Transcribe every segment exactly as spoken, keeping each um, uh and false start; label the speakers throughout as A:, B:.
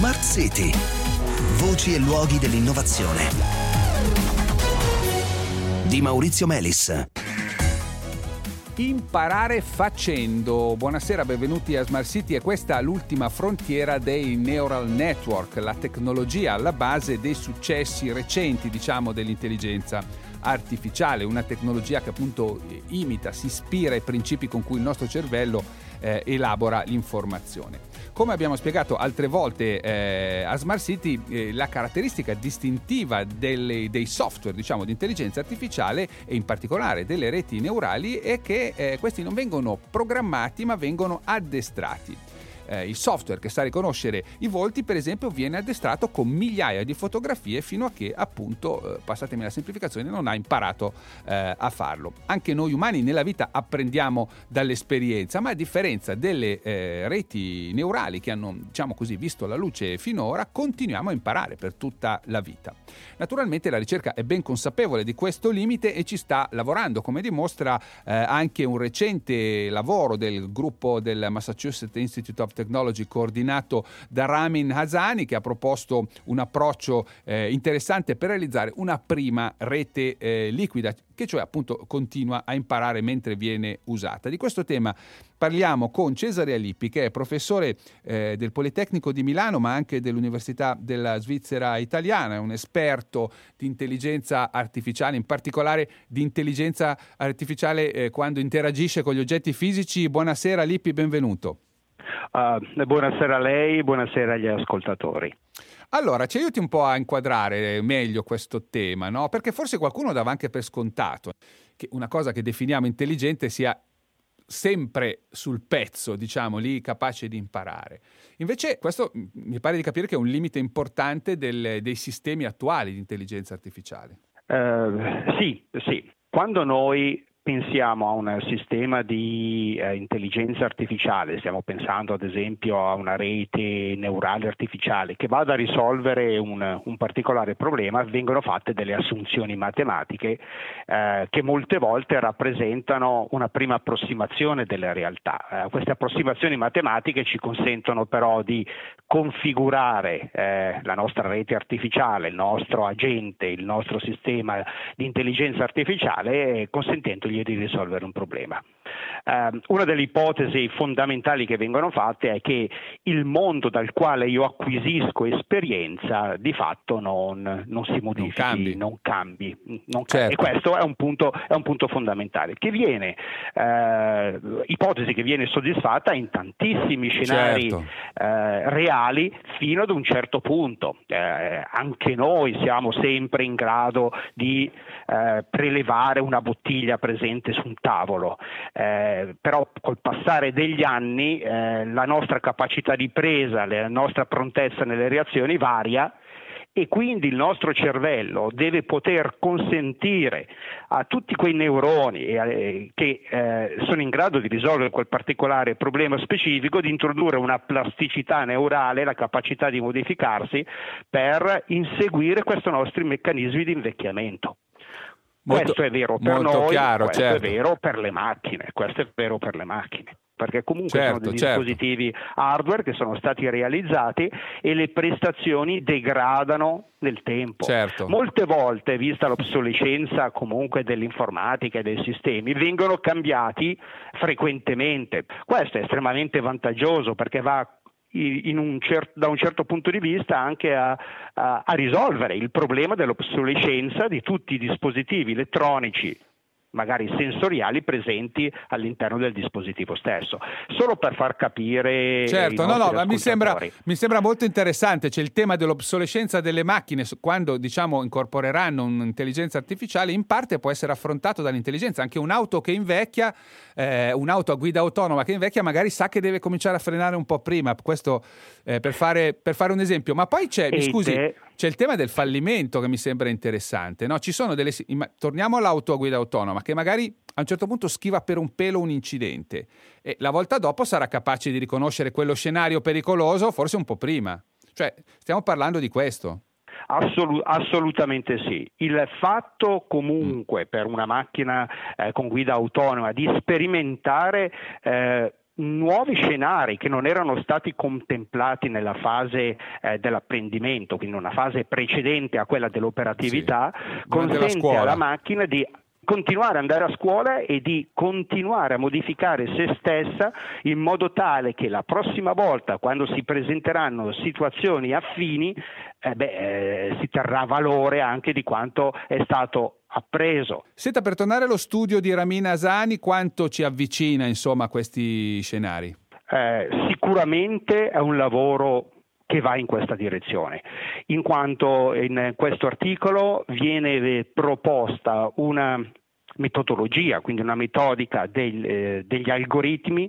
A: Smart City. Voci e luoghi dell'innovazione. Di Maurizio Melis.
B: Imparare facendo. Buonasera, benvenuti a Smart City. E questa è l'ultima frontiera dei neural network, la tecnologia alla base dei successi recenti, diciamo, dell'intelligenza artificiale, una tecnologia che appunto imita, si ispira ai principi con cui il nostro cervello eh, elabora l'informazione. Come abbiamo spiegato altre volte eh, a Smart City, eh, la caratteristica distintiva delle, dei software, diciamo, di intelligenza artificiale e in particolare delle reti neurali è che eh, questi non vengono programmati ma vengono addestrati. Eh, il software che sa riconoscere i volti, per esempio, viene addestrato con migliaia di fotografie fino a che, appunto, eh, passatemi la semplificazione, non ha imparato eh, a farlo. Anche noi umani nella vita apprendiamo dall'esperienza, ma a differenza delle eh, reti neurali che hanno, diciamo così, visto la luce finora, continuiamo a imparare per tutta la vita. Naturalmente la ricerca è ben consapevole di questo limite e ci sta lavorando, come dimostra eh, anche un recente lavoro del gruppo del Massachusetts Institute of Technology coordinato da Ramin Hasani, che ha proposto un approccio eh, interessante per realizzare una prima rete eh, liquida, che cioè appunto continua a imparare mentre viene usata. Di questo tema parliamo con Cesare Alippi, che è professore eh, del Politecnico di Milano ma anche dell'Università della Svizzera Italiana, è un esperto di intelligenza artificiale, in particolare di intelligenza artificiale eh, quando interagisce con gli oggetti fisici. Buonasera Alippi, benvenuto.
C: Uh, buonasera a lei, buonasera agli ascoltatori.
B: Allora, ci aiuti un po' a inquadrare meglio questo tema, no? Perché forse qualcuno dava anche per scontato che una cosa che definiamo intelligente sia sempre sul pezzo, diciamo, lì capace di imparare. Invece questo mi pare di capire che è un limite importante del, dei sistemi attuali di intelligenza artificiale.
C: Uh, sì, sì. Quando noi pensiamo a un sistema di eh, intelligenza artificiale, stiamo pensando ad esempio a una rete neurale artificiale che vada a risolvere un, un particolare problema, vengono fatte delle assunzioni matematiche eh, che molte volte rappresentano una prima approssimazione della realtà. Eh, queste approssimazioni matematiche ci consentono però di configurare eh, la nostra rete artificiale, il nostro agente, il nostro sistema di intelligenza artificiale, consentendo di risolvere un problema. Uh, una delle ipotesi fondamentali che vengono fatte è che il mondo dal quale io acquisisco esperienza di fatto non, non si modifichi, non cambi, non cambi, non
B: certo.
C: cambi. E questo è un punto, è un punto fondamentale che viene uh, ipotesi che viene soddisfatta in tantissimi scenari certo. uh, reali fino ad un certo punto. Uh, anche noi siamo sempre in grado di uh, prelevare una bottiglia presente su un tavolo, eh, però col passare degli anni eh, la nostra capacità di presa, la nostra prontezza nelle reazioni varia e quindi il nostro cervello deve poter consentire a tutti quei neuroni eh, che eh, sono in grado di risolvere quel particolare problema specifico di introdurre una plasticità neurale, la capacità di modificarsi per inseguire questi nostri meccanismi di invecchiamento.
B: Molto,
C: questo è vero per
B: molto
C: noi,
B: chiaro,
C: questo
B: certo.
C: è vero per le macchine, questo è vero per le macchine, perché comunque
B: certo,
C: sono dei
B: certo.
C: dispositivi hardware che sono stati realizzati e le prestazioni degradano nel tempo.
B: Certo.
C: Molte volte, vista l'obsolescenza comunque dell'informatica e dei sistemi, vengono cambiati frequentemente. Questo è estremamente vantaggioso perché va in un cer- da un certo punto di vista anche a, a, a risolvere il problema dell'obsolescenza di tutti i dispositivi elettronici, magari sensoriali, presenti all'interno del dispositivo stesso, solo per far capire.
B: Certo, no, no, ma mi sembra, mi sembra molto interessante. C'è il tema dell'obsolescenza delle macchine, quando diciamo incorporeranno un'intelligenza artificiale, in parte può essere affrontato dall'intelligenza. Anche un'auto che invecchia, eh, un'auto a guida autonoma che invecchia, magari sa che deve cominciare a frenare un po' prima. Questo eh, per fare per fare un esempio. Ma poi c'è, mi scusi,
C: te...
B: c'è il tema del fallimento che mi sembra interessante, no? Ci sono delle, torniamo all'auto a guida autonoma che magari a un certo punto schiva per un pelo un incidente e la volta dopo sarà capace di riconoscere quello scenario pericoloso forse un po' prima. Cioè, stiamo parlando di questo.
C: Assolut- assolutamente sì. Il fatto comunque per una macchina eh, con guida autonoma di sperimentare eh, nuovi scenari che non erano stati contemplati nella fase eh, dell'apprendimento, quindi una fase precedente a quella dell'operatività,
B: sì,
C: consente alla macchina di continuare ad andare a scuola e di continuare a modificare se stessa in modo tale che la prossima volta, quando si presenteranno situazioni affini, eh beh, eh, si terrà valore anche di quanto è stato appreso.
B: Senta, per tornare allo studio di Ramin Hasani, quanto ci avvicina insomma a questi scenari?
C: Eh, sicuramente è un lavoro che va in questa direzione, in quanto in questo articolo viene proposta una metodologia, quindi una metodica del, eh, degli algoritmi,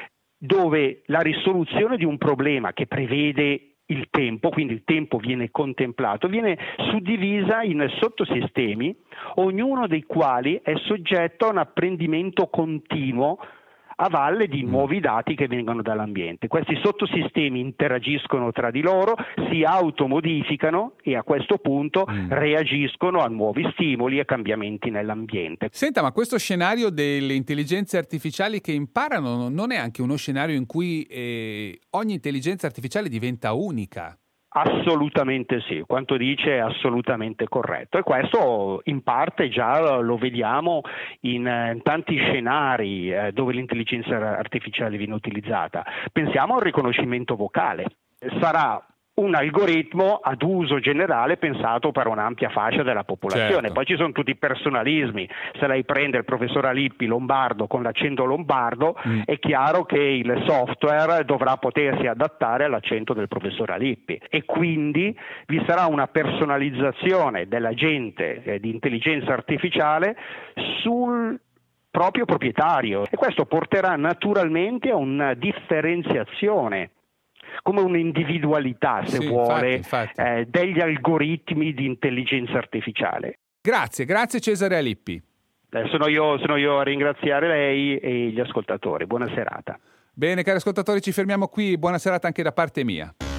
C: dove la risoluzione di un problema che prevede il tempo, quindi il tempo viene contemplato, viene suddivisa in sottosistemi, ognuno dei quali è soggetto a un apprendimento continuo a valle di nuovi dati che vengono dall'ambiente. Questi sottosistemi interagiscono tra di loro, si automodificano e a questo punto mm. reagiscono a nuovi stimoli e cambiamenti nell'ambiente.
B: Senta, ma questo scenario delle intelligenze artificiali che imparano non è anche uno scenario in cui eh, ogni intelligenza artificiale diventa unica?
C: Assolutamente sì, quanto dice è assolutamente corretto, e questo in parte già lo vediamo in, in tanti scenari eh, dove l'intelligenza artificiale viene utilizzata. Pensiamo al riconoscimento vocale. Sarà un algoritmo ad uso generale pensato per un'ampia fascia della popolazione.
B: Certo.
C: Poi ci sono tutti i personalismi. Se lei prende il professor Alippi lombardo con l'accento lombardo, mm. è chiaro che il software dovrà potersi adattare all'accento del professor Alippi, e quindi vi sarà una personalizzazione dell'agente eh, di intelligenza artificiale sul proprio proprietario, e questo porterà naturalmente a una differenziazione, come un'individualità, se
B: sì,
C: vuole,
B: infatti, infatti.
C: Eh, degli algoritmi di intelligenza artificiale.
B: Grazie, grazie Cesare Alippi.
C: Eh, sono io, sono io a ringraziare lei e gli ascoltatori. Buona serata.
B: Bene, cari ascoltatori, ci fermiamo qui. Buona serata anche da parte mia.